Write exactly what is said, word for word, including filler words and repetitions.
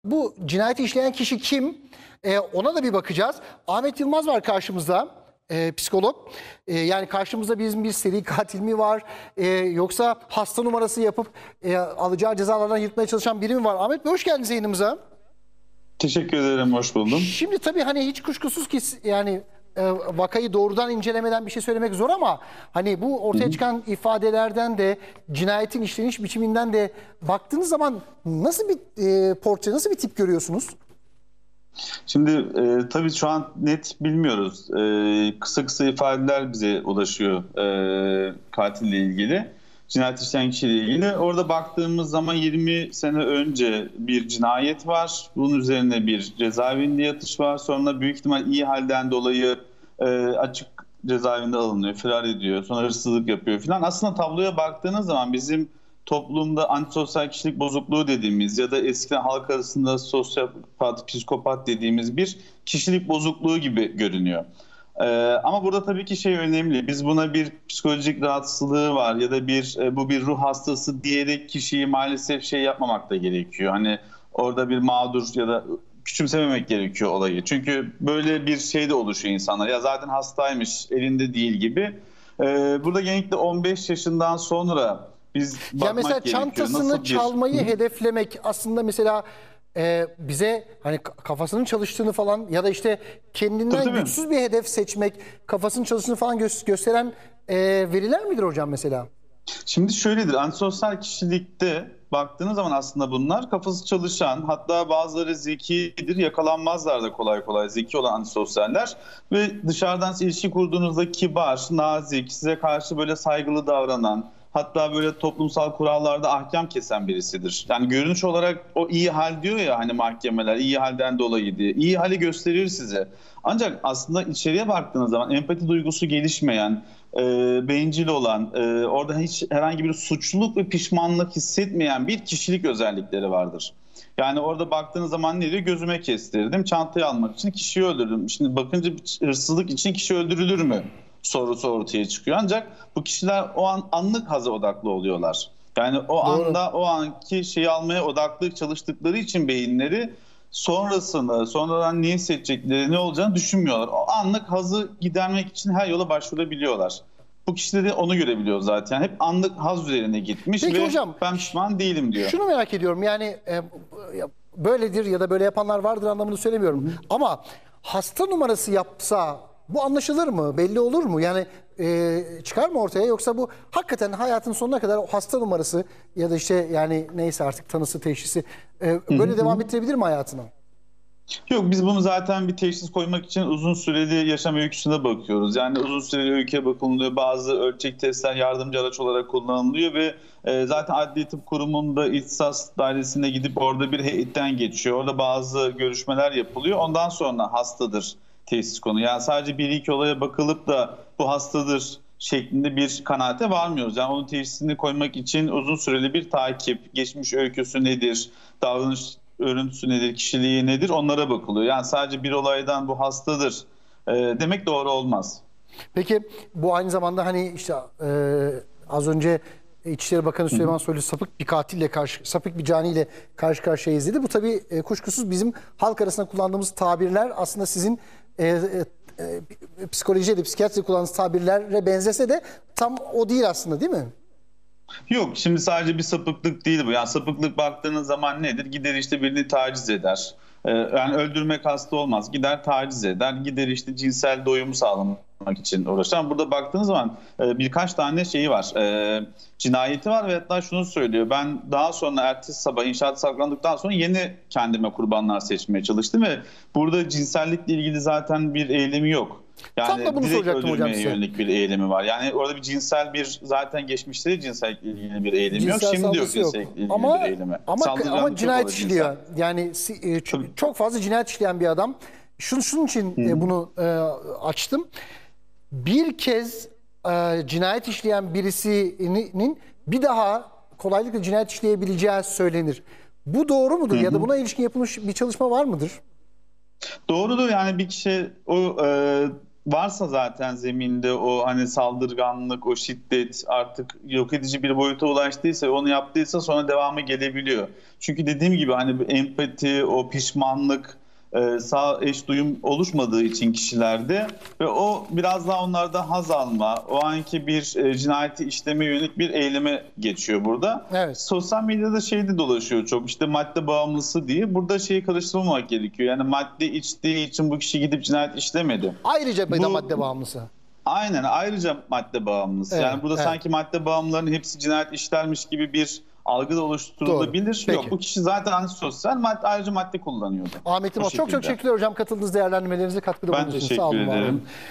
Bu cinayeti işleyen kişi kim? Ee, ona da bir bakacağız. Ahmet Yılmaz var karşımızda. Ee, psikolog. Ee, yani karşımızda bizim bir seri katil mi var? Ee, yoksa hasta numarası yapıp e, alacağı cezalardan yırtmaya çalışan biri mi var? Ahmet Bey, hoş geldiniz yayınımıza. Teşekkür ederim, hoş buldum. Şimdi tabii hani hiç kuşkusuz ki yani e, vakayı doğrudan incelemeden bir şey söylemek zor ama hani bu ortaya Hı-hı. çıkan ifadelerden de cinayetin işleniş biçiminden de baktığınız zaman nasıl bir e, portre, nasıl bir tip görüyorsunuz? Şimdi e, tabii şu an net bilmiyoruz. E, kısa kısa ifadeler bize ulaşıyor e, katille ilgili. Cinayet işleyen kişiyle ilgili. Orada baktığımız zaman yirmi sene önce bir cinayet var. Bunun üzerine bir cezaevinde yatış var. Sonra büyük ihtimal iyi halden dolayı e, açık cezaevinde alınıyor, firar ediyor. Sonra hırsızlık yapıyor falan. Aslında tabloya baktığınız zaman bizim toplumda antisosyal kişilik bozukluğu dediğimiz ya da eskiden halk arasında sosyopat, psikopat dediğimiz bir kişilik bozukluğu gibi görünüyor. Ee, ama burada tabii ki şey önemli. Biz buna bir psikolojik rahatsızlığı var ya da bir e, bu bir ruh hastası diyerek kişiyi maalesef şey yapmamak da gerekiyor. Hani orada bir mağdur ya da küçümsememek gerekiyor olayı. Çünkü böyle bir şey de oluşuyor insanlar. Ya zaten hastaymış, elinde değil gibi. Ee, burada genellikle on beş yaşından sonra biz bakmak ya mesela gerekiyor. Çantasını Nasıl bir... çalmayı hedeflemek aslında mesela e, bize hani kafasının çalıştığını falan ya da işte kendinden tabii, güçsüz bir hedef seçmek, kafasının çalıştığını falan gö gösteren e, veriler midir hocam mesela? Şimdi şöyledir, antisosyal kişilikte baktığınız zaman aslında bunlar kafası çalışan, hatta bazıları zekidir, yakalanmazlar da kolay kolay zeki olan antisosyaller ve dışarıdan ilişki kurduğunuzda kibar, nazik, size karşı böyle saygılı davranan, hatta böyle toplumsal kurallarda ahkam kesen birisidir. Yani görünüş olarak o iyi hal diyor ya hani mahkemeler, iyi halden dolayı diye. İyi hali gösterir size. Ancak aslında içeriye baktığınız zaman empati duygusu gelişmeyen, e, bencil olan, e, orada hiç herhangi bir suçluluk ve pişmanlık hissetmeyen bir kişilik özellikleri vardır. Yani orada baktığınız zaman ne diyor? Gözüme kestirdim, çantayı almak için kişiyi öldürdüm. Şimdi bakınca hırsızlık için kişi öldürülür mü sorusu ortaya çıkıyor. Ancak bu kişiler o an anlık haza odaklı oluyorlar. Yani o Doğru. anda o anki şeyi almaya odaklı çalıştıkları için beyinleri sonrasını, sonradan ne hissedecekleri, ne olacağını düşünmüyorlar. O anlık hazı gidermek için her yola başvurabiliyorlar. Bu kişide de onu görebiliyor zaten. Hep anlık haz üzerine gitmiş Peki ve hocam, ben pişman değilim diyor. Şunu merak ediyorum yani e, böyledir ya da böyle yapanlar vardır anlamını söylemiyorum. Hı. Ama hasta numarası yapsa bu anlaşılır mı? Belli olur mu? Yani e, çıkar mı ortaya, yoksa bu hakikaten hayatın sonuna kadar o hasta numarası ya da işte yani neyse artık tanısı, teşhisi e, böyle hı hı. devam ettirebilir mi hayatına? Yok, biz bunu zaten bir teşhis koymak için uzun süreli yaşam öyküsüne bakıyoruz. Yani uzun süreli öyküye bakılıyor. Bazı ölçek testler yardımcı araç olarak kullanılıyor ve e, zaten Adli Tıp Kurumu'nda ihtisas dairesine gidip orada bir heyetten geçiyor. Orada bazı görüşmeler yapılıyor. Ondan sonra hastadır teşhis konu. Yani sadece bir iki olaya bakılıp da bu hastadır şeklinde bir kanaate varmıyoruz. Yani onun teşhisini koymak için uzun süreli bir takip, geçmiş öyküsü nedir, davranış örüntüsü nedir, kişiliği nedir, onlara bakılıyor. Yani sadece bir olaydan bu hastadır e, demek doğru olmaz. Peki bu aynı zamanda hani işte e, az önce İçişleri Bakanı Süleyman Soylu sapık bir katille karşı, sapık bir caniyle karşı karşıyayız dedi. Bu tabii e, kuşkusuz bizim halk arasında kullandığımız tabirler aslında sizin e, e, e, psikolojide, psikiyatride kullandığınız tabirlere benzese de tam o değil aslında, değil mi? Yok, şimdi sadece bir sapıklık değil bu. Yani sapıklık baktığınız zaman nedir? Gider işte birini taciz eder. Ee, yani öldürmek hasta olmaz. Gider taciz eder. Gider işte cinsel doyumu sağlamak için uğraşır. Ama burada baktığınız zaman e, birkaç tane şeyi var. E, cinayeti var ve hatta şunu söylüyor. Ben daha sonra ertesi sabah inşaat saklandıktan sonra yeni kendime kurbanlar seçmeye çalıştım ve burada cinsellikle ilgili zaten bir eylemi yok. Yani Tam da bunu direkt soracaktım hocam size. yönelik bir eylemi var. Yani orada bir cinsel bir zaten geçmişte de cinsellikle ilgili bir eylemi cinsel yok. Şimdi yok saldırısı cinsellikle ilgili ama, bir eylemi. Ama, ama cinayet işliyor. Yani e, çok, çok fazla cinayet işleyen bir adam. Şunun, şunun için e, bunu e, açtım. Bir kez e, cinayet işleyen birisinin bir daha kolaylıkla cinayet işleyebileceği söylenir. Bu doğru mudur? Hı hı. Ya da buna ilişkin yapılmış bir çalışma var mıdır? Doğrudur. Yani bir kişi o e, varsa zaten zeminde o hani saldırganlık, o şiddet artık yok edici bir boyuta ulaştıysa, onu yaptıysa sonra devamı gelebiliyor. Çünkü dediğim gibi hani bir empati, o pişmanlık, e, sağ eş duyum oluşmadığı için kişilerde ve o biraz daha onlarda haz alma, o anki bir e, cinayeti işleme yönelik bir eyleme geçiyor burada. Evet. Sosyal medyada şey de dolaşıyor çok, işte madde bağımlısı diye. Burada şeyi karıştırmamak gerekiyor. Yani madde içtiği için bu kişi gidip cinayet işlemedi. Ayrıca bir de Bu- madde bağımlısı. Aynen, ayrıca madde bağımlısı. Evet, yani burada evet. sanki madde bağımlılarının hepsi cinayet işlermiş gibi bir algı da oluşturulabilir. Doğru, Yok, peki. bu kişi zaten antisosyal, madde, ayrıca madde kullanıyordu. Ahmet'im O çok çok şekilde. teşekkürler hocam, katıldığınız değerlendirmelerinize katkıda Ben bulundunuz. teşekkür Sağ olun, var olun. ederim.